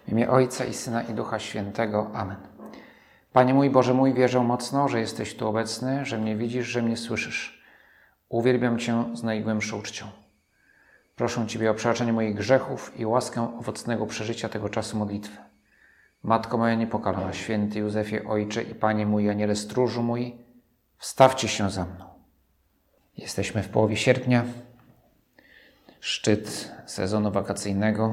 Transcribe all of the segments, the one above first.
W imię Ojca i Syna i Ducha Świętego. Amen. Panie mój, Boże mój, wierzę mocno, że jesteś tu obecny, że mnie widzisz, że mnie słyszysz. Uwielbiam Cię z najgłębszą czcią. Proszę Ciebie o przebaczenie moich grzechów i łaskę owocnego przeżycia tego czasu modlitwy. Matko moja niepokalana, święty Józefie, Ojcze i Panie mój, Aniele stróżu mój, wstawcie się za mną. Jesteśmy w połowie sierpnia, szczyt sezonu wakacyjnego,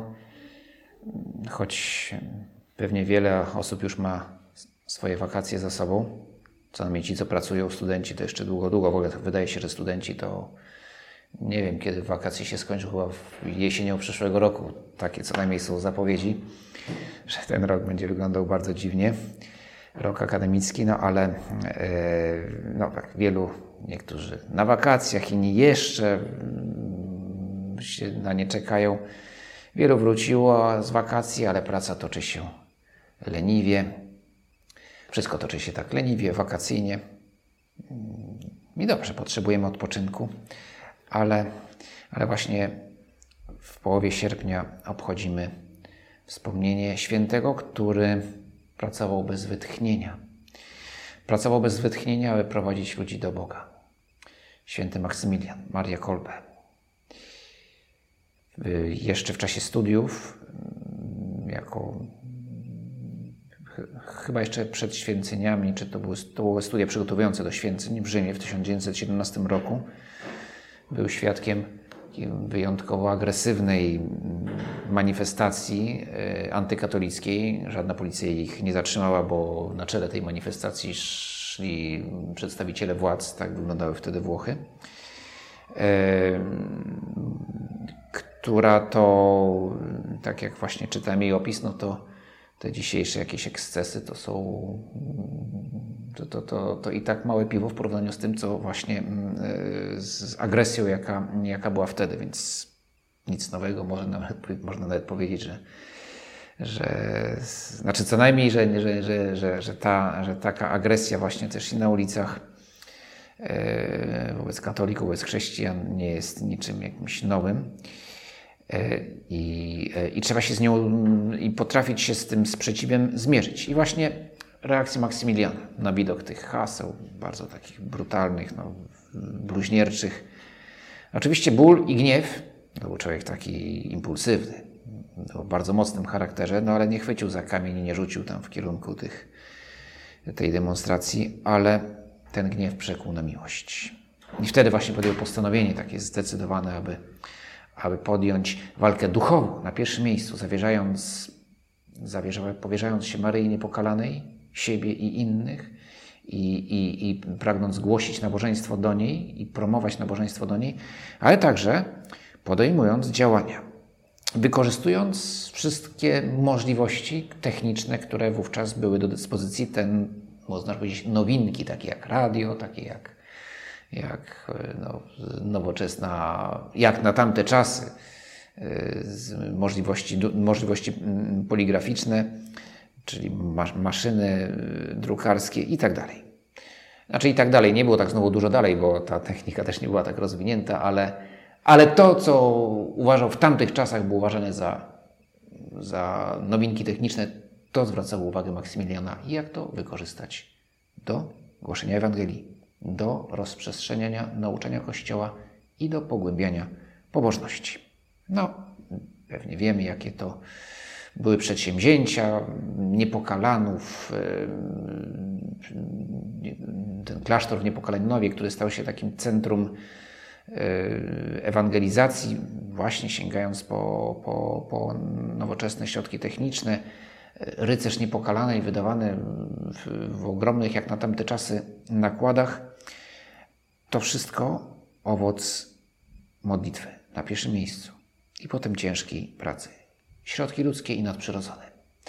choć pewnie wiele osób już ma swoje wakacje za sobą, co najmniej ci, co pracują, studenci, to jeszcze długo. W ogóle wydaje się, że studenci to nie wiem, kiedy wakacje się skończą, chyba jesienią przyszłego roku. Takie co najmniej są zapowiedzi, że ten rok będzie wyglądał bardzo dziwnie. Rok akademicki, ale tak wielu, niektórzy na wakacjach, inni jeszcze się na nie czekają. Wielu wróciło z wakacji, ale praca toczy się leniwie. Wszystko toczy się tak leniwie, wakacyjnie. I dobrze, potrzebujemy odpoczynku, ale właśnie w połowie sierpnia obchodzimy wspomnienie świętego, który pracował bez wytchnienia. Pracował bez wytchnienia, aby prowadzić ludzi do Boga. Święty Maksymilian, Maria Kolbe. Jeszcze w czasie studiów, chyba jeszcze przed święceniami, czy to były studia przygotowujące do święceń w Rzymie w 1917 roku, był świadkiem wyjątkowo agresywnej manifestacji antykatolickiej. Żadna policja ich nie zatrzymała, bo na czele tej manifestacji szli przedstawiciele władz, tak wyglądały wtedy Włochy, która to, tak jak właśnie czytałem jej opis, to te dzisiejsze jakieś ekscesy to są to i tak małe piwo w porównaniu z tym, co właśnie z agresją, jaka była wtedy, więc nic nowego. Można nawet powiedzieć, znaczy co najmniej, że taka agresja właśnie też i na ulicach wobec katolików, wobec chrześcijan nie jest niczym jakimś nowym. I trzeba się z nią i potrafić się z tym sprzeciwem zmierzyć. I właśnie reakcja Maksymiliana na widok tych haseł, bardzo takich brutalnych, bluźnierczych. Oczywiście ból i gniew, to był człowiek taki impulsywny, o bardzo mocnym charakterze, ale nie chwycił za kamień i nie rzucił tam w kierunku tej demonstracji, ale ten gniew przekuł na miłość. I wtedy właśnie podjął postanowienie takie zdecydowane, aby podjąć walkę duchową na pierwszym miejscu, powierzając się Maryi Niepokalanej, siebie i innych i pragnąc głosić nabożeństwo do niej i promować nabożeństwo do niej, ale także podejmując działania, wykorzystując wszystkie możliwości techniczne, które wówczas były do dyspozycji, można powiedzieć, nowinki, takie jak radio, takie jak nowoczesna, jak na tamte czasy, możliwości poligraficzne, czyli maszyny drukarskie i tak dalej. Znaczy i tak dalej, nie było tak znowu dużo dalej, bo ta technika też nie była tak rozwinięta, ale to, co uważał w tamtych czasach, było uważane za nowinki techniczne, to zwracało uwagę Maksymiliana i jak to wykorzystać do głoszenia Ewangelii, do rozprzestrzeniania nauczania Kościoła i do pogłębiania pobożności. Pewnie wiemy, jakie to były przedsięwzięcia Niepokalanów. Ten klasztor w Niepokalanowie, który stał się takim centrum ewangelizacji, właśnie sięgając po nowoczesne środki techniczne. Rycerz Niepokalanej wydawany w ogromnych, jak na tamte czasy, nakładach. To wszystko owoc modlitwy na pierwszym miejscu i potem ciężkiej pracy. Środki ludzkie i nadprzyrodzone,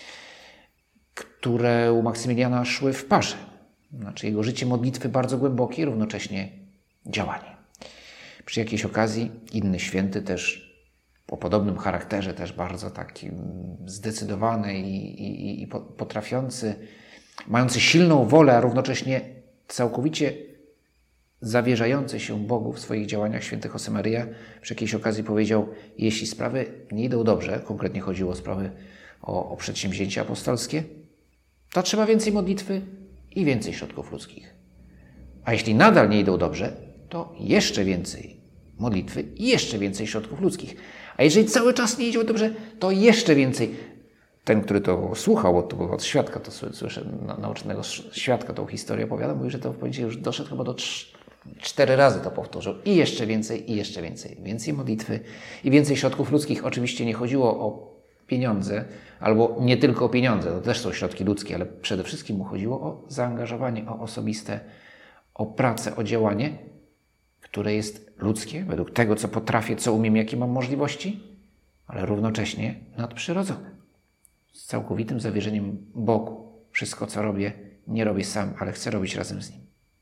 które u Maksymiliana szły w parze. Znaczy jego życie modlitwy bardzo głębokie, równocześnie działanie. Przy jakiejś okazji inny święty też o podobnym charakterze, też bardzo taki zdecydowany i potrafiący, mający silną wolę, a równocześnie całkowicie zawierzający się Bogu w swoich działaniach, święty Josemaria przy jakiejś okazji powiedział: jeśli sprawy nie idą dobrze, konkretnie chodziło o sprawy o przedsięwzięcia apostolskie, to trzeba więcej modlitwy i więcej środków ludzkich. A jeśli nadal nie idą dobrze, to jeszcze więcej modlitwy i jeszcze więcej środków ludzkich. A jeżeli cały czas nie idzie dobrze, to jeszcze więcej. Ten, który to słuchał, bo to było od świadka, to słyszę, nauczonego świadka tą historię opowiada, mówi, że to w momencie już doszedł chyba do 4 razy to powtórzył. I jeszcze więcej, i jeszcze więcej. Więcej modlitwy i więcej środków ludzkich. Oczywiście nie chodziło o pieniądze, albo nie tylko o pieniądze, to też są środki ludzkie, ale przede wszystkim mu chodziło o zaangażowanie, o osobiste, o pracę, o działanie, które jest ludzkie, według tego, co potrafię, co umiem, jakie mam możliwości, ale równocześnie nadprzyrodzone. Z całkowitym zawierzeniem Bogu. Wszystko, co robię, nie robię sam, ale chcę robić razem z Nim.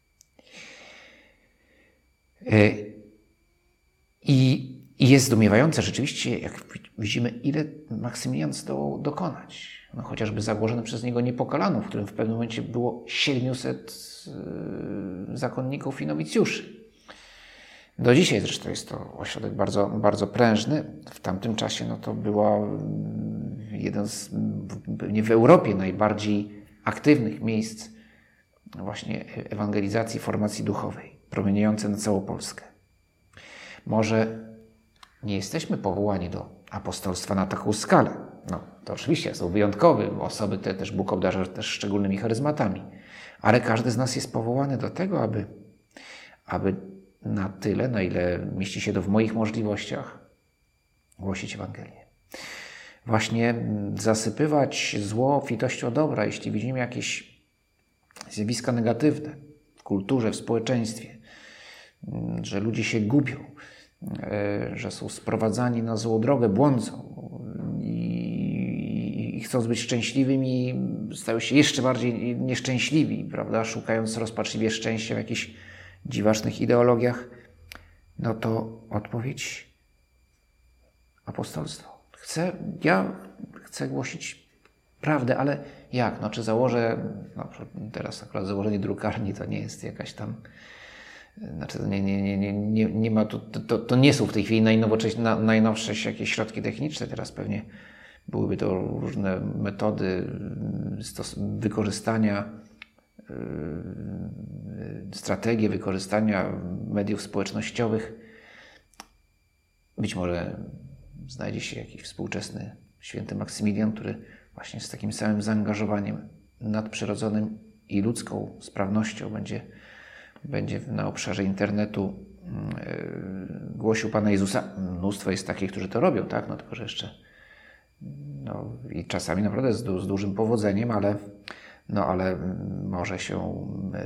I jest zdumiewające rzeczywiście, jak widzimy, ile Maksymilian zdołał dokonać. No, chociażby założony przez niego Niepokalanów, w którym w pewnym momencie było 700 zakonników i nowicjuszy. Do dzisiaj zresztą jest to ośrodek bardzo, bardzo prężny. W tamtym czasie no, to była jeden z pewnie w Europie najbardziej aktywnych miejsc właśnie ewangelizacji, formacji duchowej, promieniejące na całą Polskę. Może nie jesteśmy powołani do apostolstwa na taką skalę. No, to oczywiście są wyjątkowe osoby, te też Bóg obdarza też szczególnymi charyzmatami. Ale każdy z nas jest powołany do tego, aby na tyle, na ile mieści się to w moich możliwościach, głosić Ewangelię. Właśnie zasypywać zło obfitością dobra, jeśli widzimy jakieś zjawiska negatywne w kulturze, w społeczeństwie, że ludzie się gubią, że są sprowadzani na złą drogę, błądzą i chcąc być szczęśliwymi, stają się jeszcze bardziej nieszczęśliwi, prawda? Szukając rozpaczliwie szczęścia w jakichś dziwacznych ideologiach, no to odpowiedź apostolstwo. Ja chcę głosić prawdę, ale jak? No, czy założę, no, teraz akurat założenie drukarni to nie jest jakaś tam, znaczy nie ma, to nie są w tej chwili najnowsze jakieś środki techniczne, teraz pewnie byłyby to różne metody wykorzystania, strategie wykorzystania mediów społecznościowych. Być może znajdzie się jakiś współczesny święty Maksymilian, który właśnie z takim samym zaangażowaniem nadprzyrodzonym i ludzką sprawnością będzie na obszarze internetu głosił Pana Jezusa. Mnóstwo jest takich, którzy to robią, tak? No tylko, że jeszcze i czasami naprawdę z dużym powodzeniem, ale może się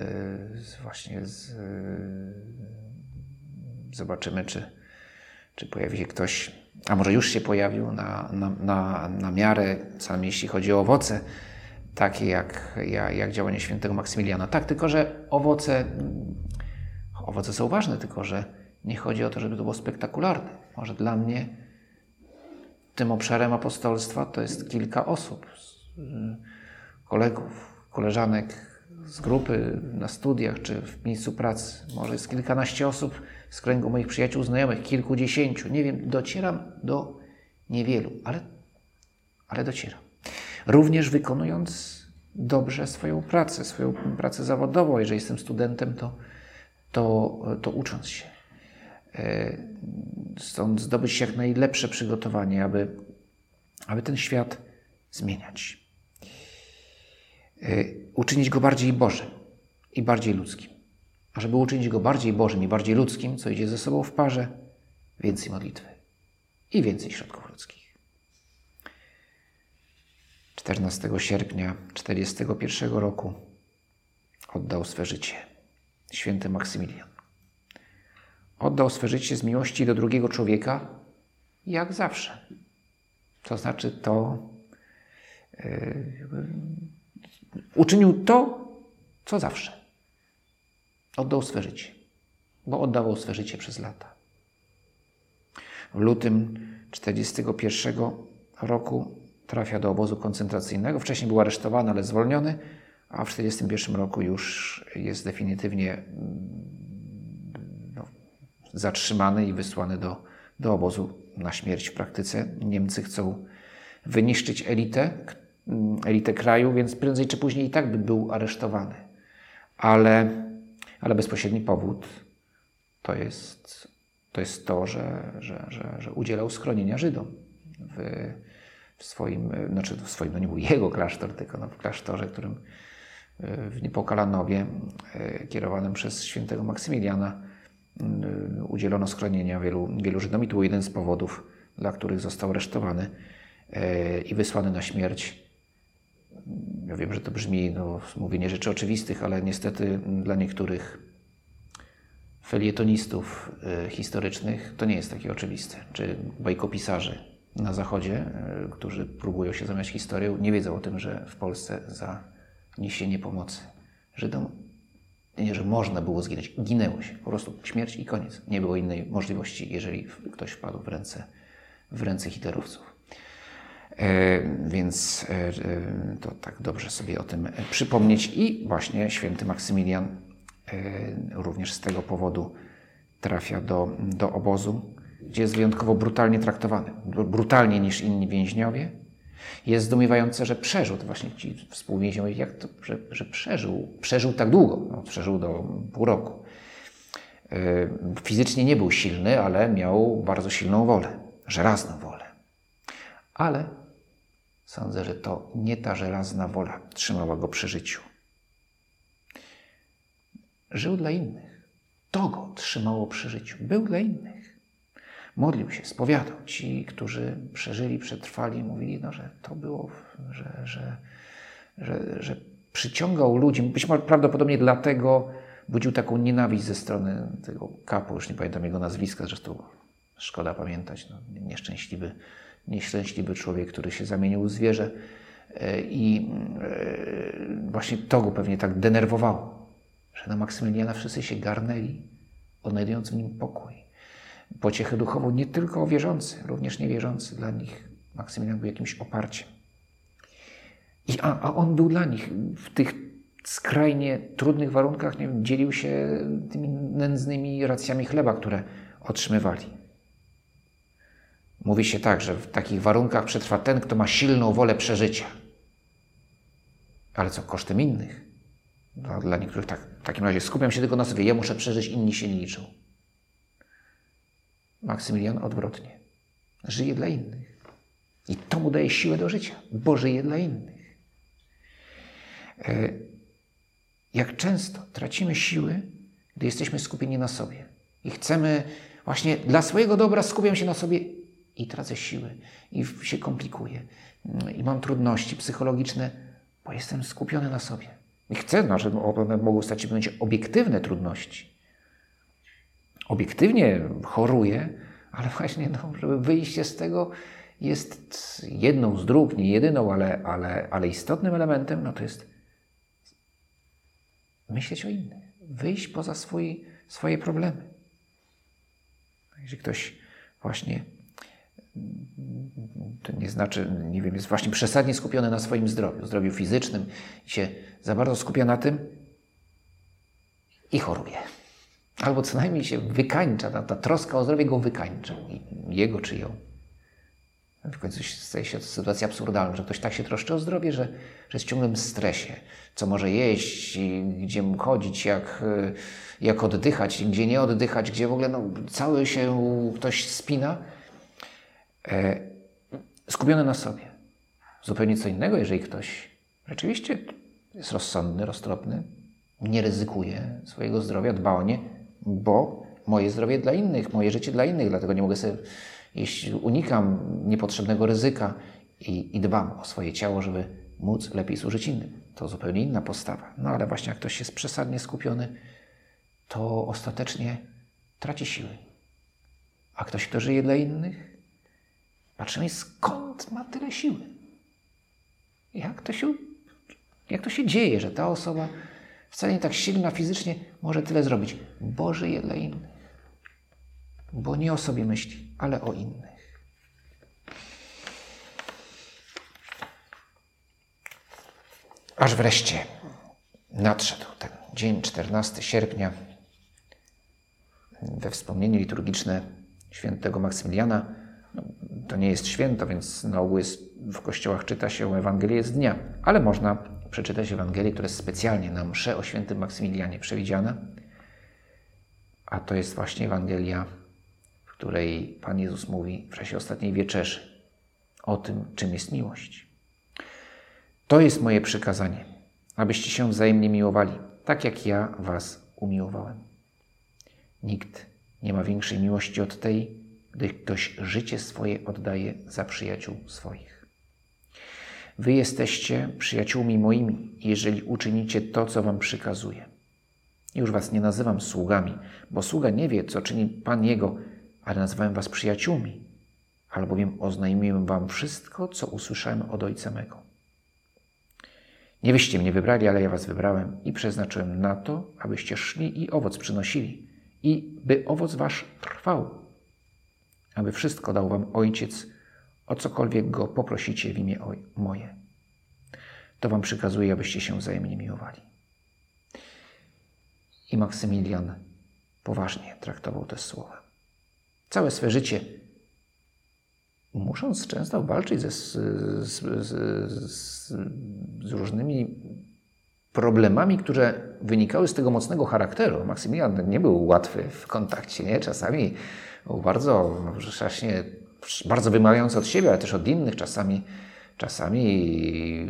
zobaczymy, czy pojawi się ktoś, a może już się pojawił na miarę, czasami jeśli chodzi o owoce, takie jak działanie świętego Maksymiliana. Tak, tylko że owoce są ważne, tylko że nie chodzi o to, żeby to było spektakularne. Może dla mnie tym obszarem apostolstwa to jest kilka osób, kolegów, koleżanek z grupy na studiach czy w miejscu pracy. Może jest kilkanaście osób z kręgu moich przyjaciół, znajomych, kilkudziesięciu. Nie wiem, docieram do niewielu, ale docieram. Również wykonując dobrze swoją pracę zawodową. Jeżeli jestem studentem, to ucząc się. Stąd zdobyć jak najlepsze przygotowanie, aby ten świat zmieniać. Uczynić go bardziej Bożym i bardziej ludzkim. A żeby uczynić go bardziej Bożym i bardziej ludzkim, co idzie ze sobą w parze, więcej modlitwy i więcej środków ludzkich. 14 sierpnia 1941 roku oddał swe życie święty Maksymilian. Oddał swe życie z miłości do drugiego człowieka, jak zawsze. To znaczy uczynił to, co zawsze. Oddał swe życie, bo oddawał swe życie przez lata. W lutym 1941 roku trafia do obozu koncentracyjnego. Wcześniej był aresztowany, ale zwolniony, a w 1941 roku już jest definitywnie zatrzymany i wysłany do obozu na śmierć w praktyce. Niemcy chcą wyniszczyć elitę kraju, więc prędzej czy później i tak by był aresztowany. Ale bezpośredni powód to jest to, że udzielał schronienia Żydom w swoim, no nie był jego klasztor, tylko w klasztorze, którym w Niepokalanowie, kierowanym przez świętego Maksymiliana, udzielono schronienia wielu Żydom i to był jeden z powodów, dla których został aresztowany i wysłany na śmierć. Ja wiem, że to brzmi, mówienie rzeczy oczywistych, ale niestety dla niektórych felietonistów historycznych to nie jest takie oczywiste. Czy bajkopisarzy na Zachodzie, którzy próbują się zamiast historią, nie wiedzą o tym, że w Polsce za niesienie pomocy Żydom, nie, że można było zginąć, ginęło się. Po prostu śmierć i koniec. Nie było innej możliwości, jeżeli ktoś wpadł w ręce hitlerowców. Więc to tak dobrze sobie o tym przypomnieć. I właśnie święty Maksymilian również z tego powodu trafia do obozu, gdzie jest wyjątkowo brutalnie traktowany. Brutalniej niż inni więźniowie. Jest zdumiewające, że przeżył. To właśnie ci współwięźniowie, jak to, że przeżył tak długo. Przeżył do pół roku. Fizycznie nie był silny, ale miał bardzo silną wolę. Żelazną wolę. Ale sądzę, że to nie ta żelazna wola trzymała go przy życiu. Żył dla innych. To go trzymało przy życiu. Był dla innych. Modlił się, spowiadał. Ci, którzy przeżyli, przetrwali, mówili, że to było, że przyciągał ludzi. Być może prawdopodobnie dlatego budził taką nienawiść ze strony tego kapu. Już nie pamiętam jego nazwiska, zresztą szkoda pamiętać. Nieszczęśliwy człowiek, który się zamienił w zwierzę. I właśnie to go pewnie tak denerwowało, że na Maksymiliana wszyscy się garnęli, odnajdując w nim pokój. Pociechę duchową nie tylko wierzący, również niewierzący. Dla nich Maksymilian był jakimś oparciem. A on był dla nich w tych skrajnie trudnych warunkach, nie wiem, dzielił się tymi nędznymi racjami chleba, które otrzymywali. Mówi się tak, że w takich warunkach przetrwa ten, kto ma silną wolę przeżycia. Ale co, kosztem innych? Dla niektórych tak. W takim razie skupiam się tylko na sobie. Ja muszę przeżyć, inni się nie liczą. Maksymilian odwrotnie. Żyje dla innych. I to mu daje siłę do życia, bo żyje dla innych. Jak często tracimy siły, gdy jesteśmy skupieni na sobie. I chcemy właśnie dla swojego dobra, skupiam się na sobie i tracę siły. I się komplikuję. I mam trudności psychologiczne, bo jestem skupiony na sobie. I chcę, że one mogą stać się w momencie obiektywne trudności. Obiektywnie choruję, ale właśnie, żeby wyjście z tego jest jedną z dróg, nie jedyną, ale istotnym elementem, to jest myśleć o innych. Wyjść poza swoje problemy. Jeżeli ktoś właśnie, to nie znaczy, nie wiem, jest właśnie przesadnie skupiony na swoim zdrowiu fizycznym i się za bardzo skupia na tym i choruje. Albo co najmniej się wykańcza, ta troska o zdrowie go wykańcza. Jego czy ją. W końcu staje się sytuacja absurdalna, że ktoś tak się troszczy o zdrowie, że jest w ciągłym stresie. Co może jeść, gdzie mu chodzić, jak oddychać, gdzie nie oddychać, gdzie w ogóle cały się ktoś spina. Skupiony na sobie. Zupełnie co innego, jeżeli ktoś rzeczywiście jest rozsądny, roztropny, nie ryzykuje swojego zdrowia, dba o nie, bo moje zdrowie dla innych, moje życie dla innych, dlatego nie mogę sobie, jeśli unikam niepotrzebnego ryzyka i dbam o swoje ciało, żeby móc lepiej służyć innym. To zupełnie inna postawa. Ale właśnie jak ktoś jest przesadnie skupiony, to ostatecznie traci siły. A ktoś, kto żyje dla innych, patrzymy, skąd ma tyle siły. Jak to się dzieje, że ta osoba wcale nie tak silna fizycznie może tyle zrobić, bo żyje dla innych. Bo nie o sobie myśli, ale o innych. Aż wreszcie nadszedł ten dzień 14 sierpnia. We wspomnienie liturgiczne świętego Maksymiliana. To nie jest święto, więc na ogół jest w kościołach czyta się Ewangelię z dnia, ale można przeczytać Ewangelię, która jest specjalnie na mszę o świętym Maksymilianie przewidziana, a to jest właśnie Ewangelia, w której Pan Jezus mówi w czasie ostatniej wieczerzy o tym, czym jest miłość. To jest moje przykazanie, abyście się wzajemnie miłowali, tak jak ja was umiłowałem. Nikt nie ma większej miłości od tej, gdy ktoś życie swoje oddaje za przyjaciół swoich. Wy jesteście przyjaciółmi moimi, jeżeli uczynicie to, co wam przykazuję. Już was nie nazywam sługami, bo sługa nie wie, co czyni Pan jego, ale nazywałem was przyjaciółmi, albowiem oznajmiłem wam wszystko, co usłyszałem od Ojca mego. Nie wyście mnie wybrali, ale ja was wybrałem i przeznaczyłem na to, abyście szli i owoc przynosili, i by owoc wasz trwał, aby wszystko dał wam Ojciec, o cokolwiek Go poprosicie w imię moje. To wam przykazuję, abyście się wzajemnie miłowali. I Maksymilian poważnie traktował te słowa. Całe swe życie, musząc często walczyć z różnymi problemami, które wynikały z tego mocnego charakteru. Maksymilian nie był łatwy w kontakcie, nie? Czasami był bardzo wymagający od siebie, ale też od innych. Czasami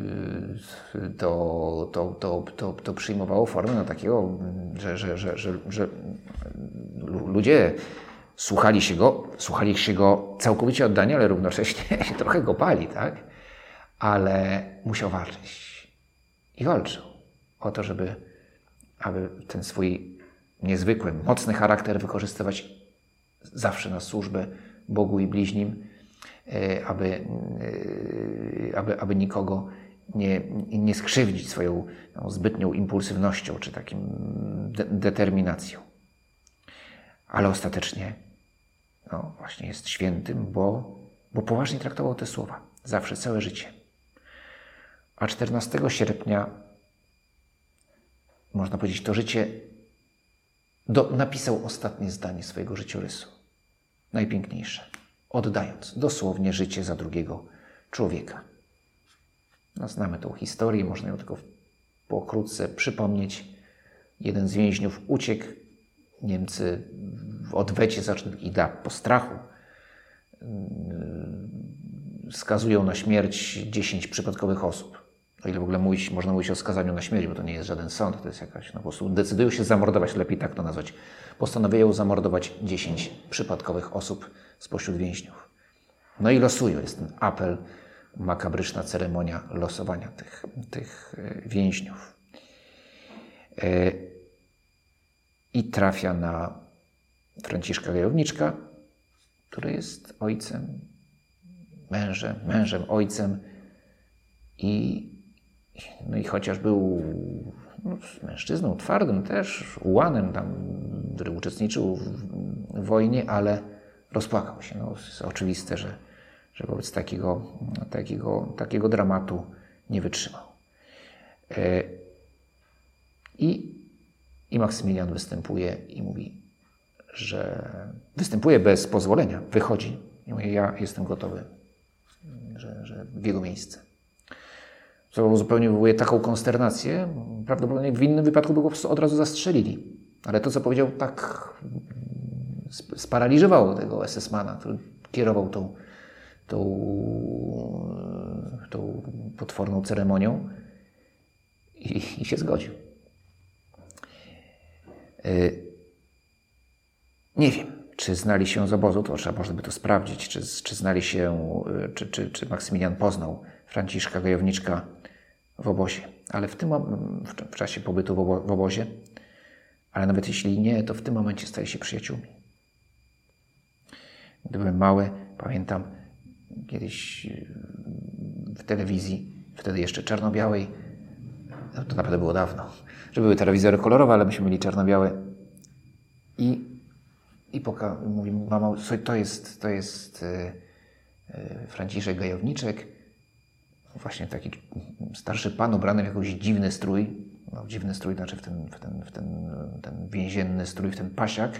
to przyjmowało formę takiego, że ludzie słuchali się go całkowicie oddani, ale równocześnie trochę go bali, tak? Ale musiał walczyć. I walczył o to, aby ten swój niezwykły, mocny charakter wykorzystywać zawsze na służbę Bogu i bliźnim, aby nikogo nie skrzywdzić swoją zbytnią impulsywnością czy takim determinacją. Ale ostatecznie właśnie jest świętym, bo poważnie traktował te słowa. Zawsze, całe życie. A 14 sierpnia, można powiedzieć, to życie napisał ostatnie zdanie swojego życiorysu. Najpiękniejsze. Oddając dosłownie życie za drugiego człowieka. Znamy tą historię, można ją tylko pokrótce przypomnieć. Jeden z więźniów uciekł. Niemcy w odwecie zaczęli po strachu skazują na śmierć 10 przypadkowych osób. O ile w ogóle można mówić o skazaniu na śmierć, bo to nie jest żaden sąd, to jest jakaś, po prostu decydują się zamordować, lepiej tak to nazwać. Postanawiają zamordować 10 przypadkowych osób spośród więźniów. No i losują, jest ten apel, makabryczna ceremonia losowania tych więźniów. I trafia na Franciszka Gajowniczka, który jest ojcem, mężem, ojcem i chociaż był mężczyzną twardym też, ułanem tam, który uczestniczył w wojnie, ale rozpłakał się. Jest oczywiste, że wobec takiego dramatu nie wytrzymał. I Maksymilian występuje i mówi, że występuje bez pozwolenia, wychodzi i mówi, ja jestem gotowy, że w jego miejsce. Co zupełnie wywołuje taką konsternację, prawdopodobnie w innym wypadku by go od razu zastrzelili. Ale to, co powiedział, tak sparaliżowało tego SS-mana, który kierował tą potworną ceremonią i się zgodził. Nie wiem, czy znali się z obozu, to trzeba można by to sprawdzić, czy znali się, czy Maksymilian poznał Franciszka Gajowniczka w obozie. Ale w czasie pobytu w obozie, ale nawet jeśli nie, to w tym momencie staje się przyjaciółmi. Gdy byłem mały, pamiętam kiedyś w telewizji, wtedy jeszcze czarno-białej, to naprawdę było dawno, że były telewizory kolorowe, ale myśmy mieli czarno-białe i mówi mama, to jest Franciszek Gajowniczek, właśnie taki starszy pan ubrany w jakiś dziwny strój, dziwny strój, znaczy w ten więzienny strój, w ten pasiak,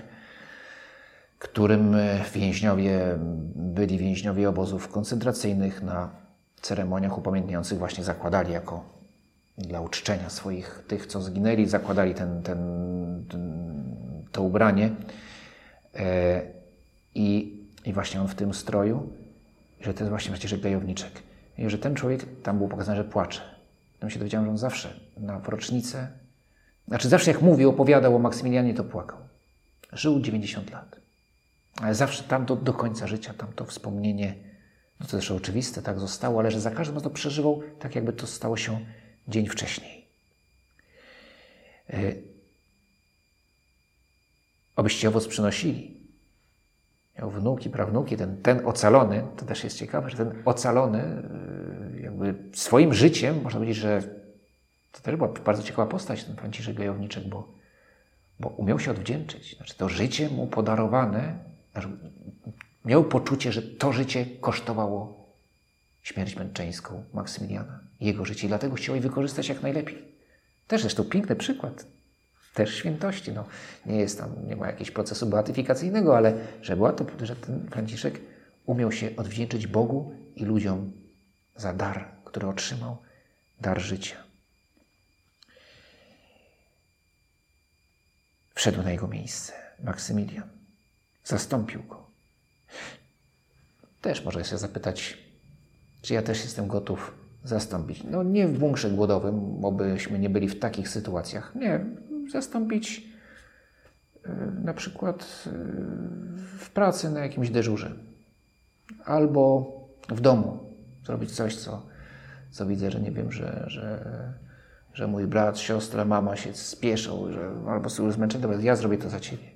którym byli więźniowie obozów koncentracyjnych na ceremoniach upamiętniających właśnie zakładali jako dla uczczenia swoich, tych, co zginęli, zakładali to ubranie. I właśnie on w tym stroju, że to jest właśnie Franciszek Gajowniczek. I że ten człowiek, tam było pokazane, że płacze. Tam się dowiedziałem, że on zawsze na rocznicę, zawsze jak mówił, opowiadał o Maksymilianie, to płakał. Żył 90 lat. Ale zawsze tam do końca życia, tam to wspomnienie, no to też oczywiste, tak zostało, ale że za każdym razem to przeżywał tak, jakby to stało się dzień wcześniej. Obyście owoc przynosili. Miał wnuki, prawnuki, ten ocalony, to też jest ciekawe, że ten ocalony jakby swoim życiem, można powiedzieć, że to też była bardzo ciekawa postać, ten Franciszek Gajowniczek, bo umiał się odwdzięczyć. Znaczy to życie mu podarowane, miał poczucie, że to życie kosztowało śmierć męczeńską Maksymiliana, jego życie i dlatego chciał je wykorzystać jak najlepiej. Też zresztą piękny przykład, też świętości. No, nie ma jakiegoś procesu beatyfikacyjnego, ale że ten Franciszek umiał się odwdzięczyć Bogu i ludziom za dar, który otrzymał, dar życia. Wszedł na jego miejsce Maksymilian, zastąpił go. Też można się zapytać, czy ja też jestem gotów zastąpić. No nie w bunkrze głodowym, bo byśmy nie byli w takich sytuacjach. Nie, zastąpić na przykład w pracy na jakimś dyżurze. Albo w domu zrobić coś, co widzę, że nie wiem, że mój brat, siostra, mama się spieszą, albo są zmęczeni, to ja zrobię to za ciebie.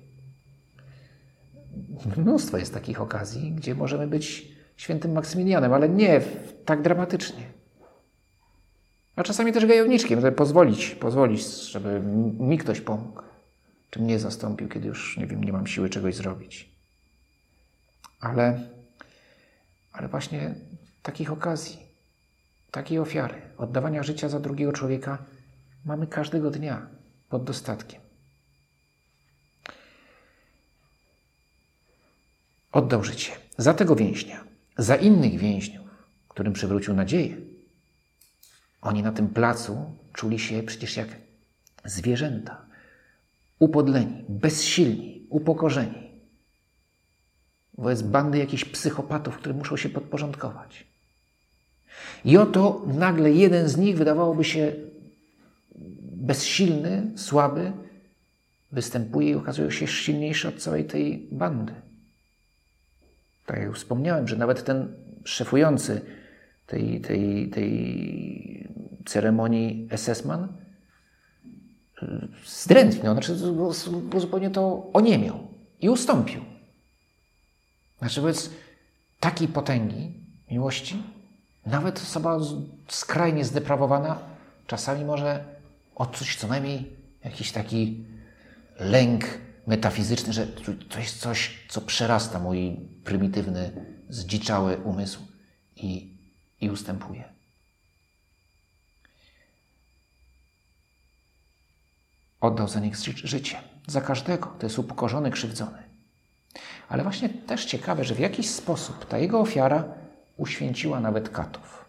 Mnóstwo jest takich okazji, gdzie możemy być świętym Maksymilianem, ale nie tak dramatycznie. A czasami też gajowniczkiem, żeby pozwolić, żeby mi ktoś pomógł, czy mnie zastąpił, kiedy już, nie wiem, nie mam siły czegoś zrobić. Ale właśnie takich okazji, takiej ofiary, oddawania życia za drugiego człowieka mamy każdego dnia pod dostatkiem. Oddał życie za tego więźnia, za innych więźniów, którym przywrócił nadzieję. Oni na tym placu czuli się przecież jak zwierzęta, upodleni, bezsilni, upokorzeni wobec bandy jakichś psychopatów, którzy muszą się podporządkować. I oto nagle jeden z nich, wydawałoby się bezsilny, słaby, występuje i okazuje się silniejszy od całej tej bandy. Tak jak już wspomniałem, że nawet ten szefujący tej ceremonii SS-man zdrętwiał, bo zupełnie to oniemiał i ustąpił. Wobec takiej potęgi miłości nawet osoba skrajnie zdeprawowana czasami może odczuć co najmniej jakiś taki lęk metafizyczny, że to jest coś, co przerasta mój prymitywny, zdziczały umysł i ustępuje. Oddał za nich życie. Za każdego. To jest upokorzony, krzywdzony. Ale właśnie też ciekawe, że w jakiś sposób ta jego ofiara uświęciła nawet katów.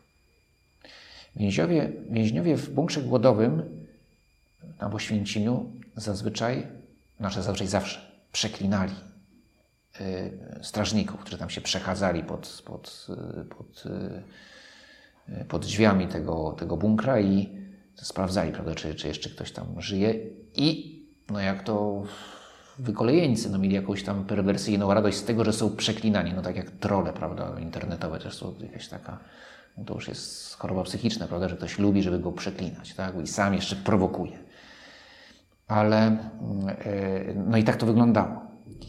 Więźniowie w bunkrze głodowym na Oświęcimiu zawsze przeklinali strażników, którzy tam się przechadzali pod drzwiami tego bunkra i sprawdzali, prawda, czy jeszcze ktoś tam żyje. I no jak to wykolejeńcy mieli jakąś tam perwersyjną radość z tego, że są przeklinani. No tak jak trolle, prawda, internetowe też są jakaś taka, no to już jest choroba psychiczna, prawda, że ktoś lubi, żeby go przeklinać, tak, i sam jeszcze prowokuje. Ale no i tak to wyglądało.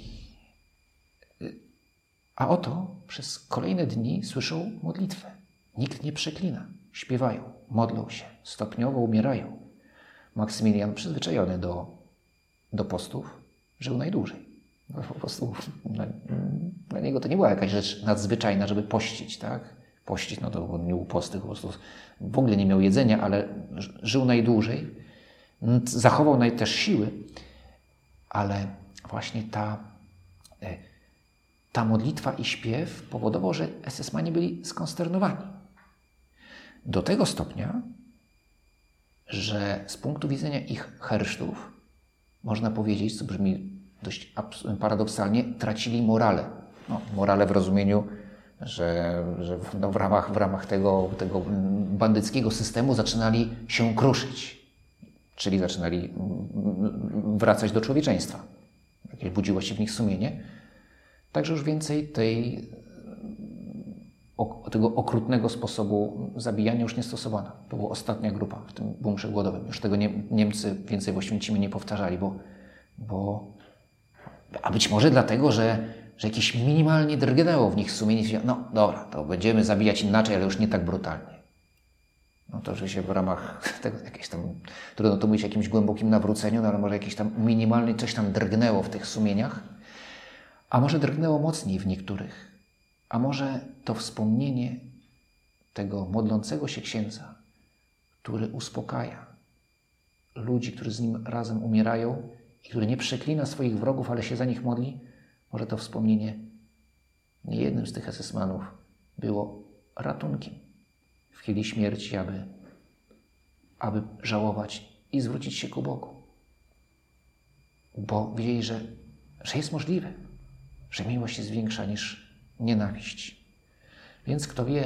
A oto przez kolejne dni słyszą modlitwę. Nikt nie przeklina. Śpiewają, modlą się, stopniowo umierają. Maksymilian, przyzwyczajony do postów, żył najdłużej. Po prostu dla niego to nie była jakaś rzecz nadzwyczajna, żeby pościć, tak? Pościć, no to on nie był posty, po prostu w ogóle nie miał jedzenia, ale żył najdłużej. Zachował też siły, ale właśnie ta modlitwa i śpiew powodował, że SS-mani byli skonsternowani. Do tego stopnia, że z punktu widzenia ich hersztów, można powiedzieć, co brzmi dość paradoksalnie, tracili morale. No, morale w rozumieniu, że w ramach tego bandyckiego systemu zaczynali się kruszyć. Czyli zaczynali wracać do człowieczeństwa. Jakieś budziło się w nich sumienie. Także już więcej tego okrutnego sposobu zabijania już nie stosowano. To była ostatnia grupa w tym bunkrze głodowym. Już tego Niemcy więcej w Oświęcimie nie powtarzali, a być może dlatego, że jakieś minimalnie drgnęło w nich sumienie. No dobra, to będziemy zabijać inaczej, ale już nie tak brutalnie. No to oczywiście w ramach tego jakieś tam, trudno to mówić o jakimś głębokim nawróceniu, no ale może jakieś tam minimalnie coś tam drgnęło w tych sumieniach, a może drgnęło mocniej w niektórych, a może to wspomnienie tego modlącego się księdza, który uspokaja ludzi, którzy z nim razem umierają i który nie przeklina swoich wrogów, ale się za nich modli, może to wspomnienie niejednym z tych esesmanów było ratunkiem w chwili śmierci, aby żałować i zwrócić się ku Bogu. Bo wiedzieli, że jest możliwe, że miłość jest większa niż nienawiść. Więc kto wie,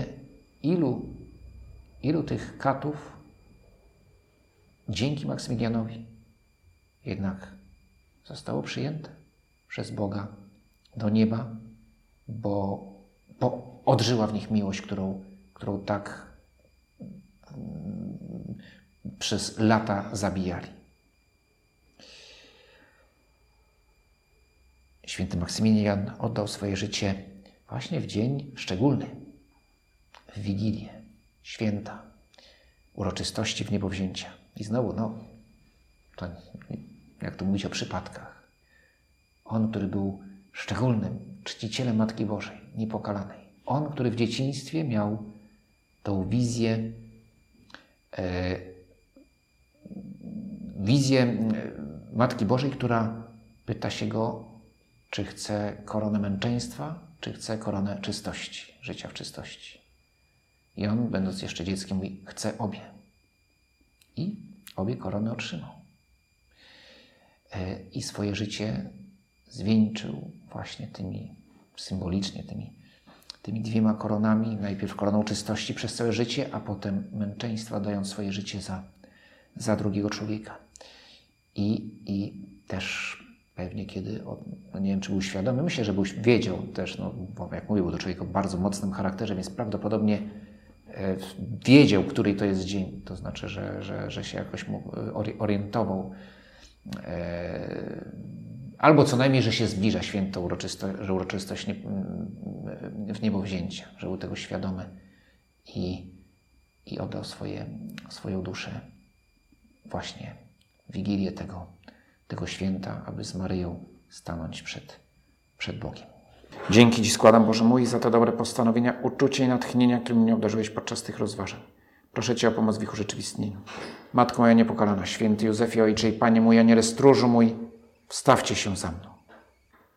ilu tych katów dzięki Maksymilianowi jednak zostało przyjęte przez Boga do nieba, bo odżyła w nich miłość, którą tak przez lata zabijali. Święty Maksymilian oddał swoje życie właśnie w dzień szczególny, w Wigilię, święta, uroczystości Wniebowzięcia. I znowu, to, jak to mówić o przypadkach, on, który był szczególnym czcicielem Matki Bożej, niepokalanej. On, który w dzieciństwie miał tą wizję Matki Bożej, która pyta się go, czy chce koronę męczeństwa, czy chce koronę czystości, życia w czystości. I on, będąc jeszcze dzieckiem, mówi, chce obie. I obie korony otrzymał. I swoje życie zwieńczył właśnie symbolicznie tymi dwiema koronami. Najpierw koroną czystości przez całe życie, a potem męczeństwa, dając swoje życie za drugiego człowieka. I też pewnie kiedy, nie wiem, czy był świadomy, myślę, że wiedział też, bo jak mówił, był to człowiek o bardzo mocnym charakterze, więc prawdopodobnie wiedział, który to jest dzień. To znaczy, że się jakoś mógł orientował. Albo co najmniej, że się zbliża święto uroczystość Wniebowzięcia, że był tego świadomy i oddał swoją duszę właśnie w Wigilię tego święta, aby z Maryją stanąć przed Bogiem. Dzięki Ci składam, Boże mój, za te dobre postanowienia, uczucie i natchnienia, którymi mnie obdarzyłeś podczas tych rozważań. Proszę Cię o pomoc w ich urzeczywistnieniu. Matko moja niepokalana, święty Józefie, Ojcze i Panie mój, Aniele stróżu mój, wstawcie się za mną.